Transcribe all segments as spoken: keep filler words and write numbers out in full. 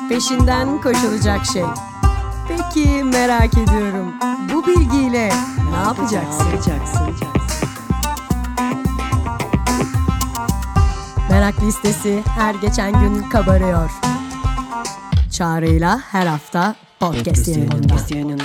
peşinden koşulacak şey. Peki merak ediyorum, bu bilgiyle ne yapacaksın? Ne yapacaksın? Merak listesi her geçen gün kabarıyor. Çağrı'yla her hafta podcast yayınında.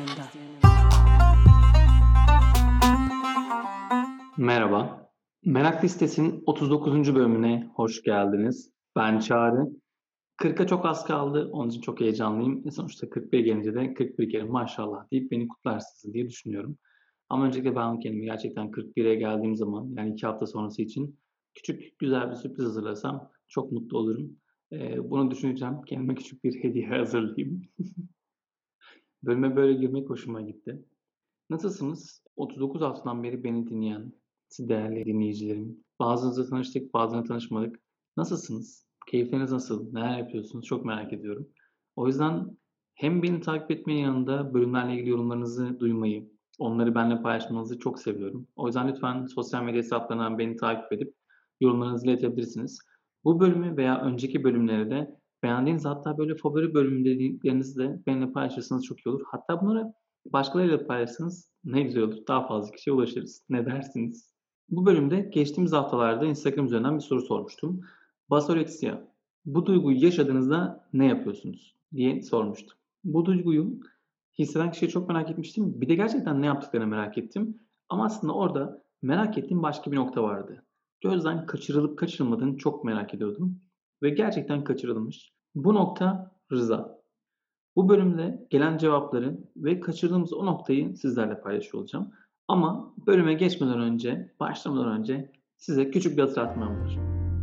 Merhaba. Merak Listesi'nin otuz dokuzuncu bölümüne hoş geldiniz. Ben Çağrı. kırka çok az kaldı. Onun için çok heyecanlıyım. E sonuçta kırk bir gelince de kırk bir kere maşallah deyip beni kutlarsınız diye düşünüyorum. Ama öncelikle ben kendimi gerçekten kırk bire geldiğim zaman, yani iki hafta sonrası için küçük güzel bir sürpriz hazırlasam çok mutlu olurum. Ee, bunu düşüneceğim. Kendime küçük bir hediye hazırlayayım. Bölüme böyle girmek hoşuma gitti. Nasılsınız? otuz dokuz haftadan beri beni dinleyen değerli dinleyicilerim. Bazınızla tanıştık, bazılarıyla tanışmadık. Nasılsınız? Keyifleriniz nasıl? Neler yapıyorsunuz? Çok merak ediyorum. O yüzden hem beni takip etmenin yanında bölümlerle ilgili yorumlarınızı duymayı, onları benimle paylaşmanızı çok seviyorum. O yüzden lütfen sosyal medya hesaplarından beni takip edip yorumlarınızı iletebilirsiniz. Bu bölümü veya önceki bölümleri de beğendiğiniz, hatta böyle favori bölüm dediklerinizi de benimle paylaşırsanız çok iyi olur. Hatta bunları başkalarıyla paylaşsanız ne güzel olur. Daha fazla kişiye ulaşırız. Ne dersiniz? Bu bölümde geçtiğimiz haftalarda Instagram üzerinden bir soru sormuştum. Basoreksiya, bu duyguyu yaşadığınızda ne yapıyorsunuz diye sormuştum. Bu duyguyu hisseden kişiyi çok merak etmiştim. Bir de gerçekten ne yaptıklarını merak ettim. Ama aslında orada merak ettiğim başka bir nokta vardı. Gözden kaçırılıp kaçırılmadığını çok merak ediyordum. Ve gerçekten kaçırılmış. Bu nokta rıza. Bu bölümde gelen cevapları ve kaçırdığımız o noktayı sizlerle paylaşıyor olacağım. Ama bölüme geçmeden önce, başlamadan önce size küçük bir hatırlatmam var.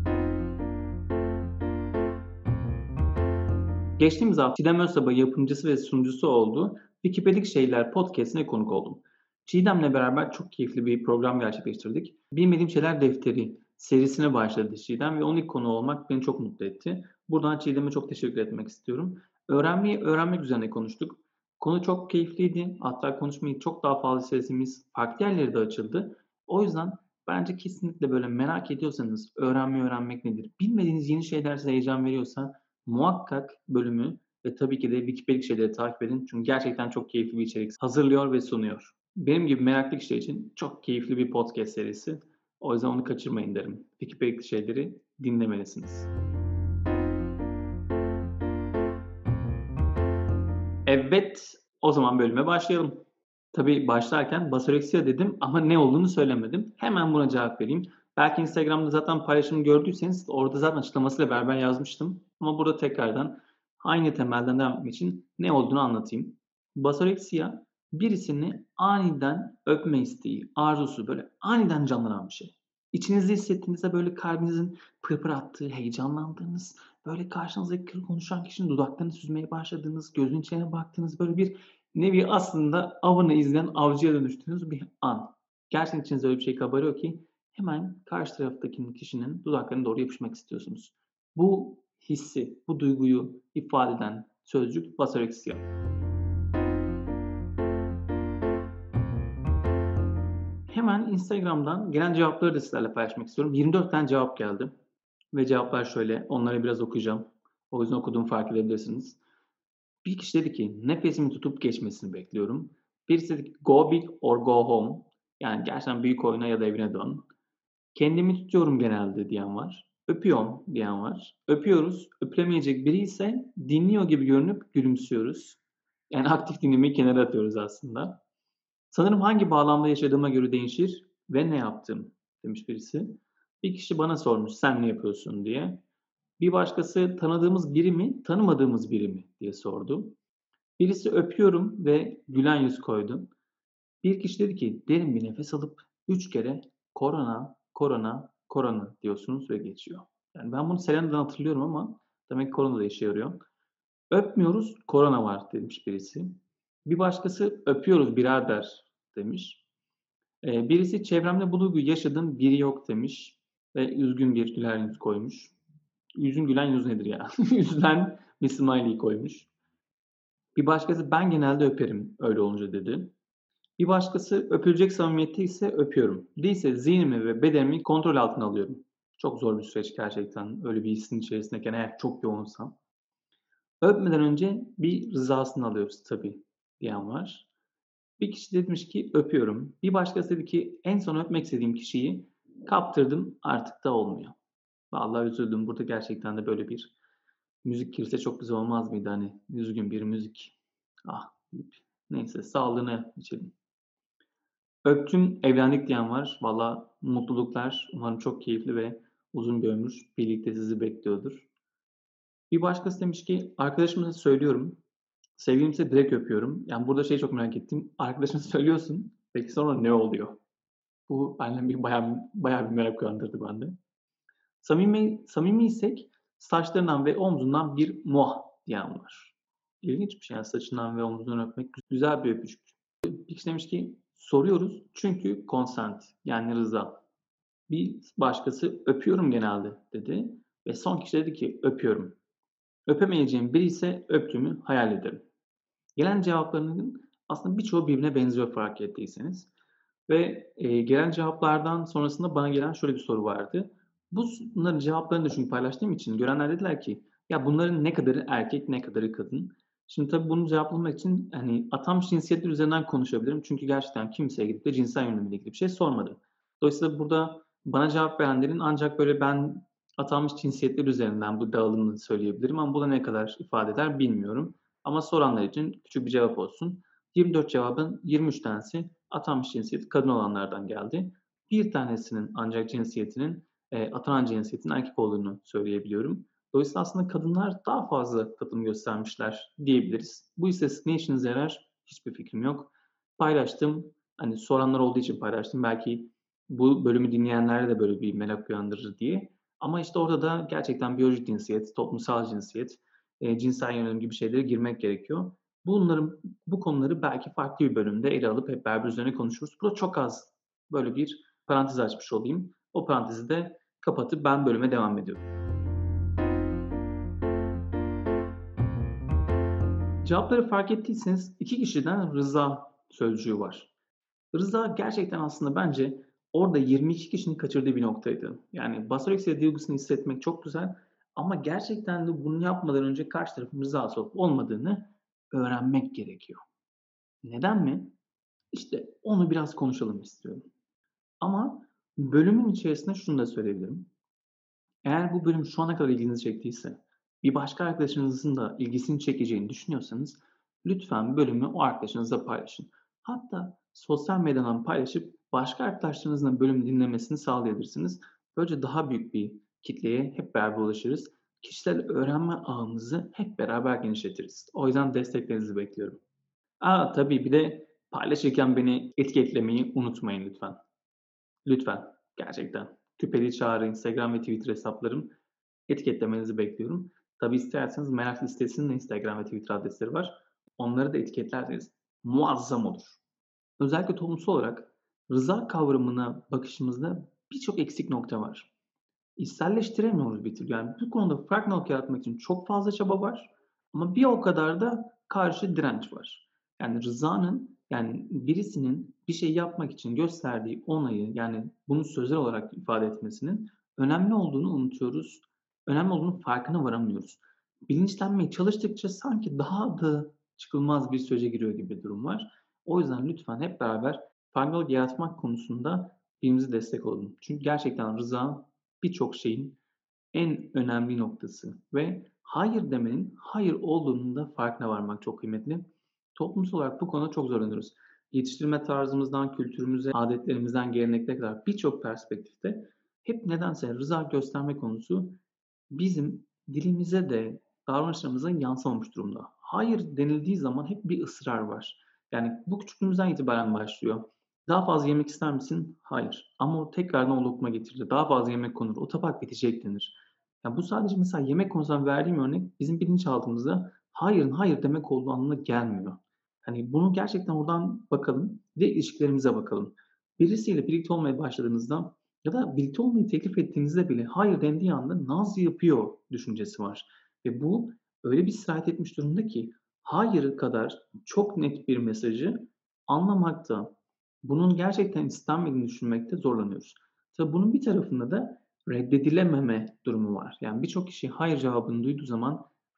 Geçtiğimiz hafta Çiğdem Özsabah yapımcısı ve sunucusu olduğu Wikipedik Şeyler Podcast'ine konuk oldum. Çiğdem'le beraber çok keyifli bir program gerçekleştirdik. Bilmediğim Şeyler Defteri serisine başladı Çiğdem ve onun ilk konu olmak beni çok mutlu etti. Buradan Çiğdem'e çok teşekkür etmek istiyorum. Öğrenmeyi öğrenmek üzerine konuştuk. Konu çok keyifliydi. Hatta konuşmayı çok daha fazla sesimiz farklı yerlere de açıldı. O yüzden bence kesinlikle böyle merak ediyorsanız öğrenmeyi öğrenmek nedir? Bilmediğiniz yeni şeyler size heyecan veriyorsa muhakkak bölümü ve tabii ki de Wikipedia şeyleri takip edin. Çünkü gerçekten çok keyifli bir içerik hazırlıyor ve sunuyor. Benim gibi meraklı kişiler için çok keyifli bir podcast serisi. O yüzden onu kaçırmayın derim. Wikipedia şeyleri dinlemelisiniz. Evet, o zaman bölüme başlayalım. Tabii başlarken basoreksiya dedim ama ne olduğunu söylemedim. Hemen buna cevap vereyim. Belki Instagram'da zaten paylaşımı gördüyseniz orada zaten açıklamasıyla beraber yazmıştım. Ama burada tekrardan aynı temelden devam etmek için ne olduğunu anlatayım. Basoreksiya birisini aniden öpme isteği, arzusu, böyle aniden canlanan bir şey. İçinizde hissettiğinizde böyle kalbinizin pırpır attığı, heyecanlandığınız, böyle karşınızdaki konuşan kişinin dudaklarını süzmeye başladığınız, gözünün içine baktığınız, böyle bir nevi aslında avını izleyen avcıya dönüştüğünüz bir an. Gerçekten içinizde öyle bir şey kabarıyor ki hemen karşı taraftaki kişinin dudaklarına doğru yapışmak istiyorsunuz. Bu hissi, bu duyguyu ifade eden sözcük basoreksiya. Hemen Instagram'dan gelen cevapları da sizlerle paylaşmak istiyorum. yirmi dört tane cevap geldi. Ve cevaplar şöyle. Onları biraz okuyacağım. O yüzden okuduğumu fark edebilirsiniz. Bir kişi dedi ki nefesimi tutup geçmesini bekliyorum. Birisi dedi ki go big or go home. Yani gerçekten büyük oyuna ya da evine dön. Kendimi tutuyorum genelde diyen var. Öpüyorum diyen var. Öpüyoruz. Öpülemeyecek biri ise dinliyor gibi görünüp gülümsüyoruz. Yani aktif dinlemeyi kenara atıyoruz aslında. Sanırım hangi bağlamda yaşadığıma göre değişir ve ne yaptım demiş birisi. Bir kişi bana sormuş sen ne yapıyorsun diye. Bir başkası tanıdığımız biri mi, tanımadığımız biri mi diye sordu. Birisi öpüyorum ve gülen yüz koydu. Bir kişi dedi ki derin bir nefes alıp üç kere korona, korona, korona diyorsunuz ve geçiyor. Yani ben bunu Selena'dan hatırlıyorum ama demek ki korona da işe yarıyor. Öpmüyoruz, korona var demiş birisi. Bir başkası öpüyoruz birader demiş. Ee, birisi çevremde bu duyguyu yaşadığım biri yok demiş ve üzgün bir gülen yüz koymuş. Yüzün gülen yüz nedir ya? Yüzden bir smiley koymuş. Bir başkası ben genelde öperim öyle olunca dedi. Bir başkası öpülecek samimiyette ise öpüyorum. Değilse zihnimi ve bedenimi kontrol altına alıyorum. Çok zor bir süreç gerçekten öyle bir hissin içerisindeyken eğer çok yoğunsam. Öpmeden önce bir rızasını alıyoruz tabii diyen var. Bir kişi demiş ki öpüyorum. Bir başkası dedi ki en son öpmek istediğim kişiyi kaptırdım artık da olmuyor. Vallahi üzüldüm. Burada gerçekten de böyle bir müzik girse çok güzel olmaz mıydı? Hani üzgün bir müzik. Ah deyip. Neyse sağlığına içelim. Öptüm, evlendik diyen var. Valla mutluluklar. Umarım çok keyifli ve uzun bir ömür birlikte sizi bekliyordur. Bir başkası demiş ki arkadaşıma söylüyorum. Sevgilimse direkt öpüyorum. Yani burada şeyi çok merak ettim. Arkadaşına söylüyorsun. Peki sonra ne oluyor? Bu benden bir bayağı, bayağı bir merak uyandırdı bende. Samimi, samimiysek saçlarından ve omzundan bir muah diyen var. İlginçmiş yani saçından ve omzundan öpmek güzel bir öpücük. Bir kişi demiş ki soruyoruz çünkü consent yani rıza. Bir başkası öpüyorum genelde dedi ve son kişi dedi ki öpüyorum. Öpemeyeceğim biri ise öptüğümü hayal ederim. Gelen cevaplarının aslında birçoğu birbirine benziyor fark ettiyseniz. Ve, eee, gelen cevaplardan sonrasında bana gelen şöyle bir soru vardı. Bu bunların cevaplarını da çünkü paylaştığım için görenler dediler ki, "Ya, bunların ne kadarı erkek, ne kadarı kadın?" Şimdi tabii bunu cevaplamak için, hani, atanmış cinsiyetler üzerinden konuşabilirim. Çünkü gerçekten kimseye gidip de cinsel yönelimiyle ilgili bir şey sormadım. Dolayısıyla burada bana cevap verenlerin ancak böyle ben atanmış cinsiyetler üzerinden bu dağılımını söyleyebilirim ama bu da ne kadar ifade eder bilmiyorum. Ama soranlar için küçük bir cevap olsun. yirmi dört cevabın yirmi üç tanesi atanmış cinsiyeti kadın olanlardan geldi. Bir tanesinin ancak cinsiyetinin, eee, atanan cinsiyetin erkek olduğunu söyleyebiliyorum. Dolayısıyla aslında kadınlar daha fazla katılım göstermişler diyebiliriz. Bu istatistik ne işinize yarar? Hiçbir fikrim yok. Paylaştım. Hani soranlar olduğu için paylaştım. Belki bu bölümü dinleyenlerde de böyle bir merak uyandırır diye. Ama işte orada da gerçekten biyolojik cinsiyet, toplumsal cinsiyet, eee, cinsel yönelim gibi şeylere girmek gerekiyor. Bunların bu konuları belki farklı bir bölümde ele alıp hep beraber üzerine konuşuruz. Burada çok az böyle bir parantez açmış olayım. O parantezi de kapatıp ben bölüme devam ediyorum. Cevapları fark ettiyseniz iki kişiden rıza sözcüğü var. Rıza gerçekten aslında bence orada yirmi iki kişinin kaçırdığı bir noktaydı. Yani başarı duygusunu hissetmek çok güzel ama gerçekten de bunu yapmadan önce karşı tarafın rızası olup olmadığını öğrenmek gerekiyor. Neden mi? İşte onu biraz konuşalım istiyorum. Ama bölümün içerisinde şunu da söyleyebilirim. Eğer bu bölüm şu ana kadar ilginizi çektiyse, bir başka arkadaşınızın da ilgisini çekeceğini düşünüyorsanız lütfen bölümü o arkadaşınızla paylaşın. Hatta sosyal medyadan paylaşıp başka arkadaşlarınızın da bölümü dinlemesini sağlayabilirsiniz. Böylece daha büyük bir kitleye hep beraber ulaşırız. Kişisel öğrenme ağımızı hep beraber genişletiriz. O yüzden desteklerinizi bekliyorum. A, tabii bir de paylaşırken beni etiketlemeyi unutmayın lütfen. Lütfen, gerçekten. Küpeli Çağrı Instagram ve Twitter hesaplarım. Etiketlemenizi bekliyorum. Tabii isterseniz Merak Listesi'nin de Instagram ve Twitter adresleri var. Onları da etiketlerseniz muazzam olur. Özellikle toplumsal olarak rıza kavramına bakışımızda birçok eksik nokta var. İçselleştiremiyoruz bir türlü. Yani bu konuda farkındalık yaratmak için çok fazla çaba var ama bir o kadar da karşı direnç var. Yani rızanın, yani birisinin bir şey yapmak için gösterdiği onayı, yani bunu sözel olarak ifade etmesinin önemli olduğunu unutuyoruz. Önemli olduğunun farkına varamıyoruz. Bilinçlenmeye çalıştıkça sanki daha da çıkılmaz bir sürece giriyor gibi bir durum var. O yüzden lütfen hep beraber farkındalık yaratmak konusunda birbirimize destek olalım. Çünkü gerçekten rıza birçok şeyin en önemli noktası ve hayır demenin hayır olduğunun da farkına varmak çok kıymetli. Toplumsal olarak bu konuda çok zorlanıyoruz. Yetiştirme tarzımızdan, kültürümüze, adetlerimizden, geleneklere kadar birçok perspektifte hep nedense rıza gösterme konusu bizim dilimize de davranışlarımıza yansımamış durumda. Hayır denildiği zaman hep bir ısrar var. Yani bu küçüklüğümüzden itibaren başlıyor. Daha fazla yemek ister misin? Hayır. Ama o tekrardan o lokma getirilir. Daha fazla yemek konur. O tabak bitecek denir. Ya bu sadece mesela yemek konusundan verdiğim örnek bizim bilinçaltımızda hayırın hayır demek olduğu anlamına gelmiyor. Hani bunu gerçekten oradan bakalım ve ilişkilerimize bakalım. Birisiyle birlikte olmaya başladığınızda ya da birlikte olmayı teklif ettiğinizde bile hayır dendiği anda naz yapıyor düşüncesi var. Ve bu öyle bir sirayet etmiş durumda ki hayır kadar çok net bir mesajı anlamakta, bunun gerçekten istenmediğini düşünmekte zorlanıyoruz. Tabii bunun bir tarafında da reddedilememe durumu var. Yani birçok kişi hayır cevabını duyduğu zaman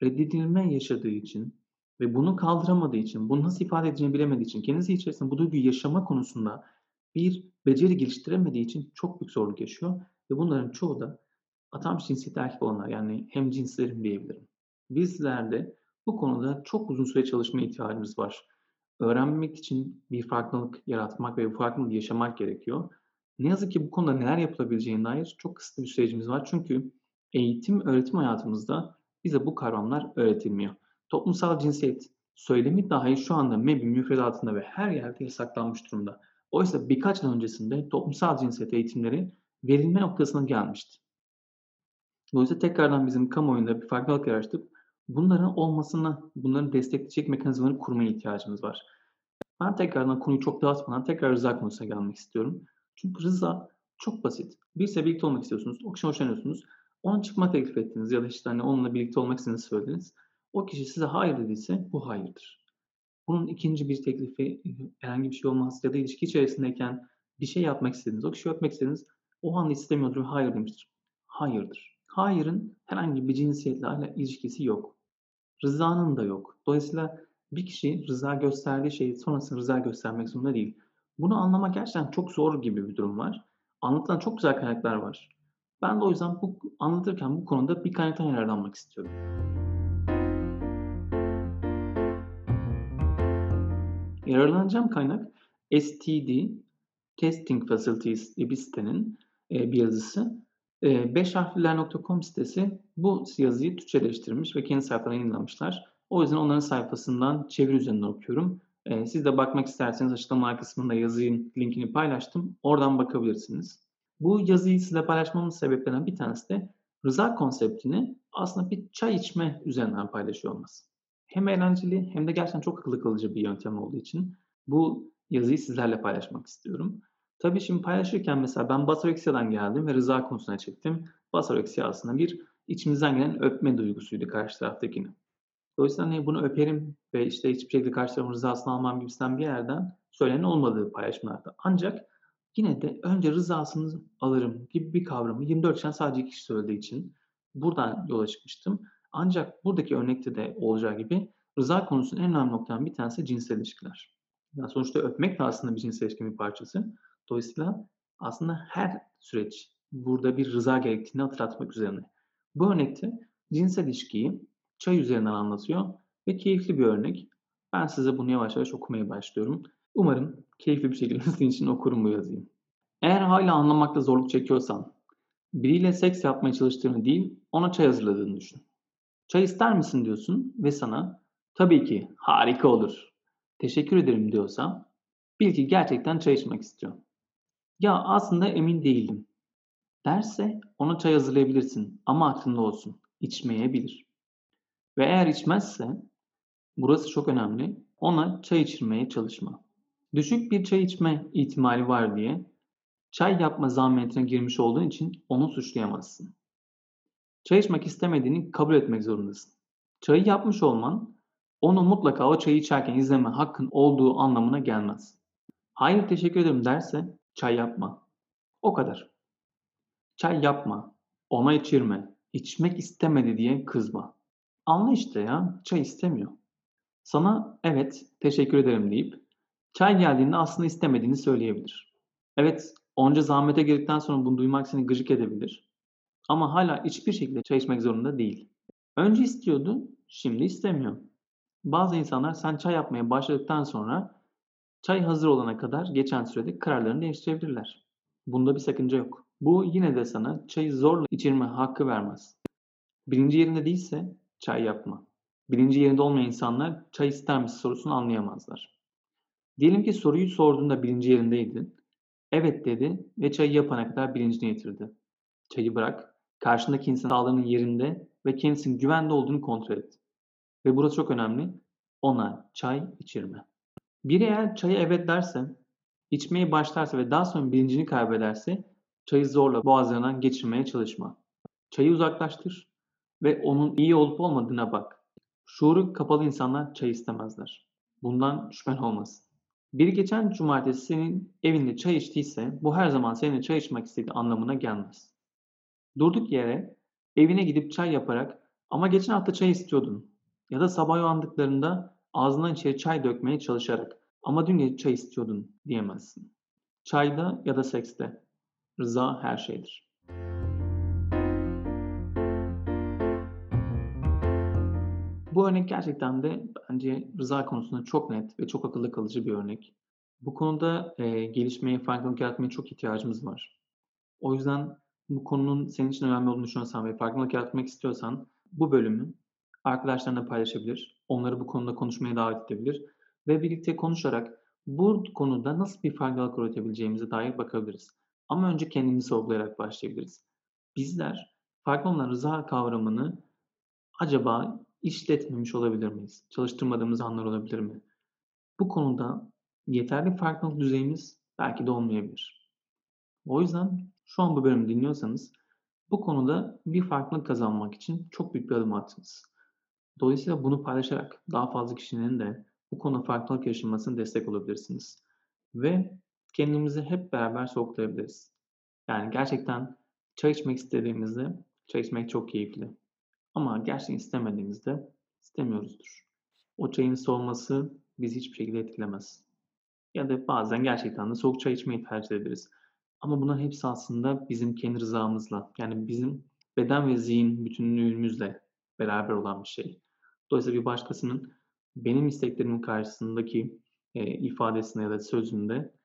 reddedilme yaşadığı için ve bunu kaldıramadığı için, bunu nasıl ifade edeceğini bilemediği için, kendisi içerisinde bu duyguyu yaşama konusunda bir beceri geliştiremediği için çok büyük zorluk yaşıyor ve bunların çoğu da atanmış cinsiyeti erkek olanlar, yani hemcinslerim diyebilirim. Bizlerde bu konuda çok uzun süre çalışmaya ihtiyacımız var. Öğrenmek için bir farklılık yaratmak ve bu farklılığı yaşamak gerekiyor. Ne yazık ki bu konuda neler yapılabileceğine dair çok kısıtlı bir sürecimiz var. Çünkü eğitim, öğretim hayatımızda bize bu kavramlar öğretilmiyor. Toplumsal cinsiyet söylemi dahi şu anda MEB'in müfredatında ve her yerde yasaklanmış durumda. Oysa birkaç yıl öncesinde toplumsal cinsiyet eğitimleri verilme noktasına gelmişti. Dolayısıyla tekrardan bizim kamuoyunda bir farklılık yaratıp bunların olmasına, bunları destekleyecek mekanizmaları kurmaya ihtiyacımız var. Ben tekrardan konuyu çok dağıtmadan tekrar rıza konusuna gelmek istiyorum. Çünkü rıza çok basit. Birisiyle birlikte olmak istiyorsunuz, o kişiden hoşlanıyorsunuz. Ona çıkma teklif ettiniz ya da işte hani onunla birlikte olmak istediğinizi söylediniz. O kişi size hayır dediyse bu hayırdır. Bunun ikinci bir teklifi herhangi bir şey olmaz ya da ilişki içerisindeyken bir şey yapmak istediniz, o kişiyi öpmek istediniz, o anda istemiyordur ve hayır demiştir. Hayırdır. Hayırın herhangi bir cinsiyetle ala ilişkisi yok. Rızanın da yok. Dolayısıyla bir kişi rıza gösterdiği şeyi sonrasında rıza göstermek zorunda değil. Bunu anlamak gerçekten çok zor gibi bir durum var. Anlatılan çok güzel kaynaklar var. Ben de o yüzden bu anlatırken bu konuda bir kaynaktan yararlanmak istiyorum. Yararlanacağım kaynak S T D Testing Facilities diye bir sitenin e, bir yazısı. E, beş harfliler nokta com sitesi bu yazıyı Türkçeleştirmiş ve kendi sayfalarına yayınlamışlar. O yüzden onların sayfasından çeviri üzerinden okuyorum. E, siz de bakmak isterseniz açıklama kısmında yazının linkini paylaştım. Oradan bakabilirsiniz. Bu yazıyı size paylaşmamın sebeplerinden bir tanesi de rıza konseptini aslında bir çay içme üzerinden paylaşıyor olması. Hem eğlenceli hem de gerçekten çok akıllı kılıcı bir yöntem olduğu için bu yazıyı sizlerle paylaşmak istiyorum. Tabii şimdi paylaşırken mesela ben basoreksiya'dan geldim ve rıza konusuna çektim. Basoreksiya aslında bir içimizden gelen öpme duygusuydu karşı taraftakini. Dolayısıyla hani bunu öperim ve işte hiçbir şekilde karşı tarafın rızasını almam gibisinden bir yerden söylenen olmadığı paylaşımlarda. Ancak yine de önce rızasını alırım gibi bir kavramı yirmi dört yaşında sadece iki kişi söylediği için buradan yola çıkmıştım. Ancak buradaki örnekte de olacağı gibi rıza konusunun en önemli noktadan bir tanesi cinsel ilişkiler. Yani sonuçta öpmek de aslında bir cinsel ilişkinin bir parçası. Dolayısıyla aslında her süreç burada bir rıza gerektiğini hatırlatmak üzerine. Bu örnekte cinsel ilişkiyi çay üzerinden anlatıyor ve keyifli bir örnek. Ben size bunu yavaş yavaş okumaya başlıyorum. Umarım keyifli bir şekilde sizin için okurum bu yazıyı. Eğer hala anlamakta zorluk çekiyorsan, biriyle seks yapmaya çalıştığını değil, ona çay hazırladığını düşün. Çay ister misin diyorsun ve sana tabii ki harika olur, teşekkür ederim diyorsa bil ki gerçekten çay içmek istiyor. Ya aslında emin değildim derse ona çay hazırlayabilirsin ama aklında olsun içmeyebilir. Ve eğer içmezse burası çok önemli. Ona çay içirmeye çalışma. Düşük bir çay içme ihtimali var diye çay yapma zahmetine girmiş olduğun için onu suçlayamazsın. Çay içmek istemediğini kabul etmek zorundasın. Çayı yapmış olman onu mutlaka o çayı içerken izleme hakkın olduğu anlamına gelmez. Hayır teşekkür ederim derse çay yapma. O kadar. Çay yapma. Ona içirme. İçmek istemedi diye kızma. Anla işte ya çay istemiyor. Sana evet teşekkür ederim deyip çay geldiğinde aslında istemediğini söyleyebilir. Evet onca zahmete girdikten sonra bunu duymak seni gıcık edebilir. Ama hala hiçbir şekilde çay içmek zorunda değil. Önce istiyordu, şimdi istemiyor. Bazı insanlar sen çay yapmaya başladıktan sonra çay hazır olana kadar geçen sürede kararlarını değiştirebilirler. Bunda bir sakınca yok. Bu yine de sana çayı zorla içirme hakkı vermez. Bilinci yerinde değilse çay yapma. Bilinci yerinde olmayan insanlar çay ister misin sorusunu anlayamazlar. Diyelim ki soruyu sorduğunda bilinci yerindeydi. Evet dedi ve çayı yapana kadar bilincini yitirdi. Çayı bırak, karşındaki insan sağlığının yerinde ve kendisinin güvende olduğunu kontrol et. Ve burası çok önemli. Ona çay içirme. Biri eğer çaya evet derse, içmeye başlarsa ve daha sonra bilincini kaybederse çayı zorla boğazlarından geçirmeye çalışma. Çayı uzaklaştır ve onun iyi olup olmadığına bak. Şuuru kapalı insanlar çay istemezler. Bundan şüphen olmasın. Biri geçen cumartesi senin evinde çay içtiyse bu her zaman seninle çay içmek istediği anlamına gelmez. Durduk yere evine gidip çay yaparak Ama geçen hafta çay istiyordun. Ya da sabah uyandıklarında ağzından içeri çay dökmeye çalışarak ama dün gece çay istiyordun diyemezsin. Çayda ya da sekste rıza her şeydir. Bu örnek gerçekten de bence rıza konusunda çok net ve çok akılda kalıcı bir örnek. Bu konuda, eee, gelişmeye, farkındalık yaratmaya çok ihtiyacımız var. O yüzden bu konunun senin için önemli olduğunu düşünüyorsan ve farkındalık yaratmak istiyorsan bu bölümü arkadaşlarınla paylaşabilir, onları bu konuda konuşmaya davet edebilir ve birlikte konuşarak bu konuda nasıl bir farkındalık üretebileceğimize dair bakabiliriz. Ama önce kendimizi sorgulayarak başlayabiliriz. Bizler farkında olan rıza kavramını acaba işletmemiş olabilir miyiz? Çalıştırmadığımız anlar olabilir mi? Bu konuda yeterli farkındalık düzeyimiz belki de olmayabilir. O yüzden şu an bu bölümü dinliyorsanız bu konuda bir farklılık kazanmak için çok büyük bir adım attınız. Dolayısıyla bunu paylaşarak daha fazla kişinin de bu konuda farklılık yaşamasına destek olabilirsiniz. Ve kendimizi hep beraber sorgulayabiliriz. Yani gerçekten çay içmek istediğimizde çay içmek çok keyifli. Ama gerçekten istemediğimizde istemiyoruzdur. O çayın soğuması bizi hiçbir şekilde etkilemez. Ya da bazen gerçekten de soğuk çay içmeyi tercih ederiz. Ama bunların hepsi aslında bizim kendi rızamızla, yani bizim beden ve zihin bütünlüğümüzle beraber olan bir şey. Dolayısıyla bir başkasının benim isteklerimin karşısındaki e, ifadesinde ya da sözünde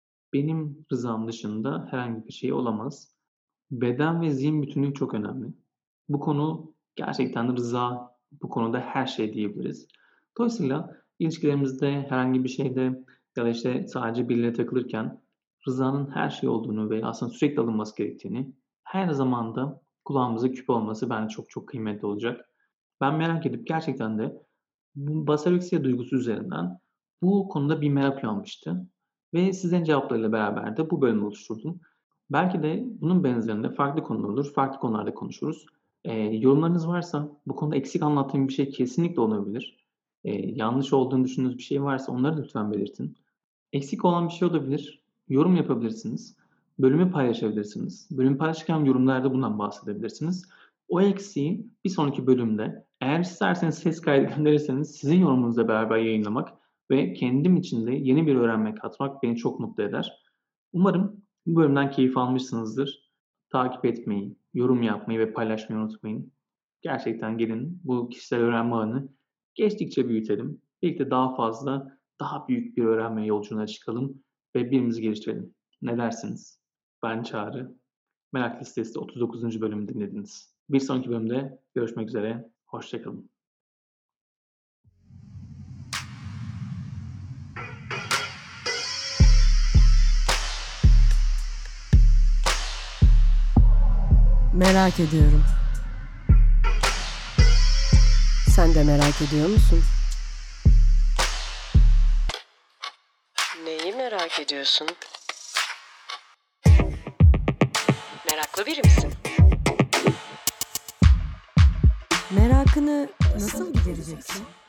benim rızam dışında herhangi bir şey olamaz. Beden ve zihin bütünlüğü çok önemli. Bu konu gerçekten rıza, bu konuda her şey diyebiliriz. Dolayısıyla ilişkilerimizde, herhangi bir şeyde ya da işte sadece biriyle takılırken rızanın her şey olduğunu ve aslında sürekli alınması gerektiğini, her zaman da kulağımıza küpe olması bence çok çok kıymetli olacak. Ben merak edip gerçekten de bu basareksiya duygusu üzerinden bu konuda bir merak uyanmıştı ve sizin cevaplarıyla beraber de bu bölümü oluşturdum. Belki de bunun benzerinde farklı konular olur, farklı konularda konuşuruz. Eee, yorumlarınız varsa, bu konuda eksik anlattığım bir şey kesinlikle olabilir. Eee, yanlış olduğunu düşündüğünüz bir şey varsa onları lütfen belirtin. Eksik olan bir şey olabilir, yorum yapabilirsiniz, bölümü paylaşabilirsiniz. Bölümü paylaşırken yorumlarda bundan bahsedebilirsiniz. O eksiği bir sonraki bölümde eğer isterseniz ses kaydı gönderirseniz sizin yorumunuzla beraber yayınlamak ve kendim için de yeni bir öğrenme katmak beni çok mutlu eder. Umarım bu bölümden keyif almışsınızdır. Takip etmeyi, yorum yapmayı ve paylaşmayı unutmayın. Gerçekten gelin bu kişisel öğrenme ağını geçtikçe büyütelim. Birlikte daha fazla, daha büyük bir öğrenme yolculuğuna çıkalım ve birbirimizi geliştirelim. Ne dersiniz? Ben Çağrı. Merak Listesi otuz dokuzuncu bölümü dinlediniz. Bir sonraki bölümde görüşmek üzere. Hoşça kalın. Merak ediyorum. Sen de merak ediyor musun? Neyi merak ediyorsun? Meraklı biri misin? Merakını nasıl gidereceksin?